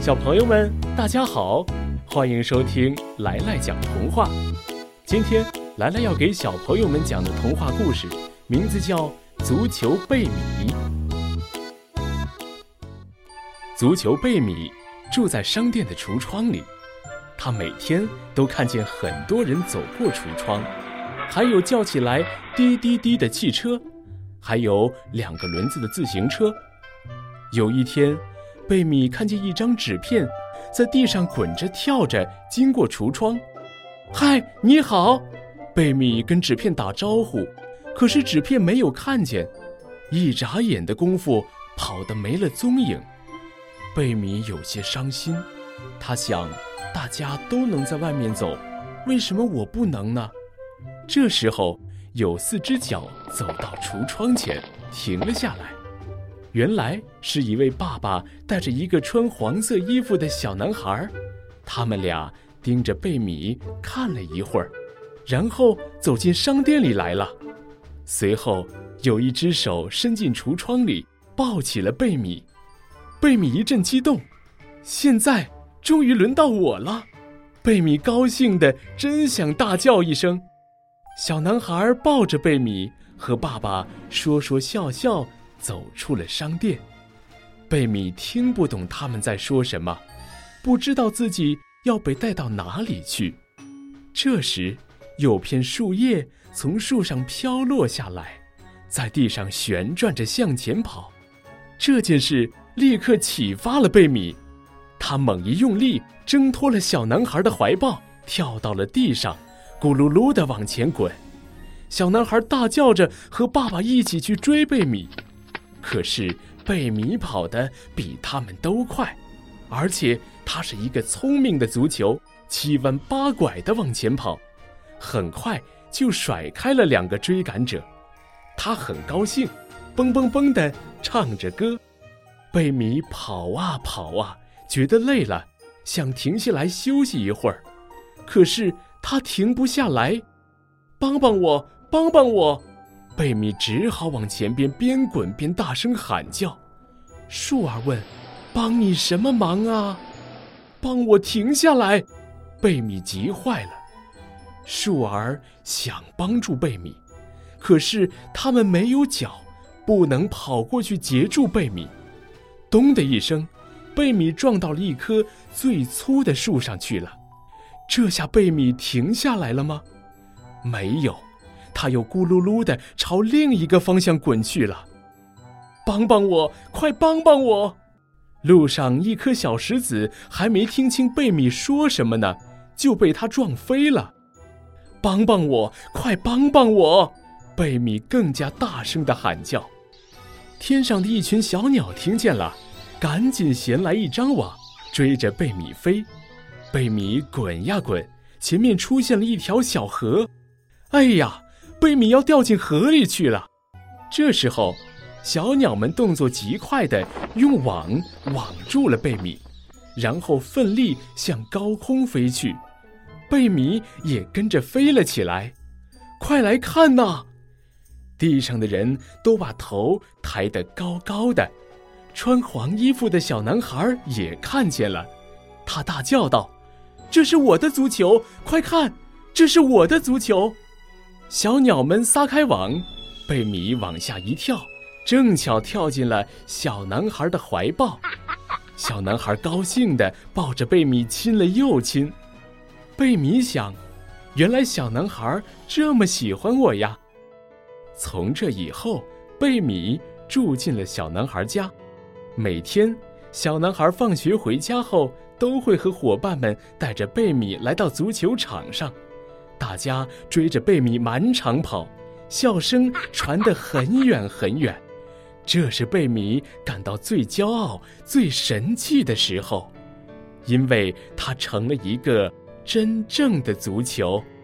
小朋友们，大家好，欢迎收听来来讲童话。今天来来要给小朋友们讲的童话故事，名字叫《足球贝米》。足球贝米住在商店的橱窗里，他每天都看见很多人走过橱窗，还有叫起来滴滴滴的汽车，还有2个轮子的自行车。有一天，贝米看见一张纸片在地上滚着跳着经过橱窗。嗨，你好！贝米跟纸片打招呼，可是纸片没有看见，一眨眼的功夫跑得没了踪影。贝米有些伤心，他想，大家都能在外面走，为什么我不能呢？这时候有4只脚走到橱窗前停了下来，原来是一位爸爸带着一个穿黄色衣服的小男孩，他们俩盯着贝米看了一会儿，然后走进商店里来了。随后有一只手伸进橱窗里抱起了贝米，贝米一阵激动，现在终于轮到我了！贝米高兴得真想大叫一声。小男孩抱着贝米和爸爸说说笑笑走出了商店。贝米听不懂他们在说什么，不知道自己要被带到哪里去。这时有片树叶从树上飘落下来，在地上旋转着向前跑。这件事立刻启发了贝米，他猛一用力挣脱了小男孩的怀抱，跳到了地上，咕噜噜地往前滚。小男孩大叫着和爸爸一起去追贝米，可是贝米跑得比他们都快，而且他是一个聪明的足球，7弯8拐地往前跑，很快就甩开了2个追赶者。他很高兴，蹦蹦蹦地唱着歌。贝米跑啊跑啊，觉得累了，想停下来休息一会儿，可是他停不下来。帮帮我，帮帮我！贝米只好往前边边滚边大声喊叫。树儿问：帮你什么忙啊？帮我停下来！贝米急坏了。树儿想帮助贝米，可是他们没有脚，不能跑过去截住贝米。咚的一声，贝米撞到了一棵最粗的树上去了。这下贝米停下来了吗？没有，他又咕噜噜地朝另一个方向滚去了。帮帮我，快帮帮我！路上一颗小石子还没听清贝米说什么呢，就被他撞飞了。帮帮我，快帮帮我！贝米更加大声地喊叫。天上的一群小鸟听见了，赶紧衔来一张网，追着贝米飞。贝米滚呀滚，前面出现了一条小河。哎呀，贝米要掉进河里去了。这时候小鸟们动作极快地用网网住了贝米，然后奋力向高空飞去。贝米也跟着飞了起来。快来看呐！地上的人都把头抬得高高的，穿黄衣服的小男孩也看见了，他大叫道：这是我的足球，快看，这是我的足球！小鸟们撒开网，贝米往下一跳，正巧跳进了小男孩的怀抱。小男孩高兴地抱着贝米亲了又亲。贝米想，原来小男孩这么喜欢我呀。从这以后，贝米住进了小男孩家。每天小男孩放学回家后，都会和伙伴们带着贝米来到足球场上，大家追着贝米满场跑，笑声传得很远很远。这是贝米感到最骄傲最神气的时候，因为他成了一个真正的足球。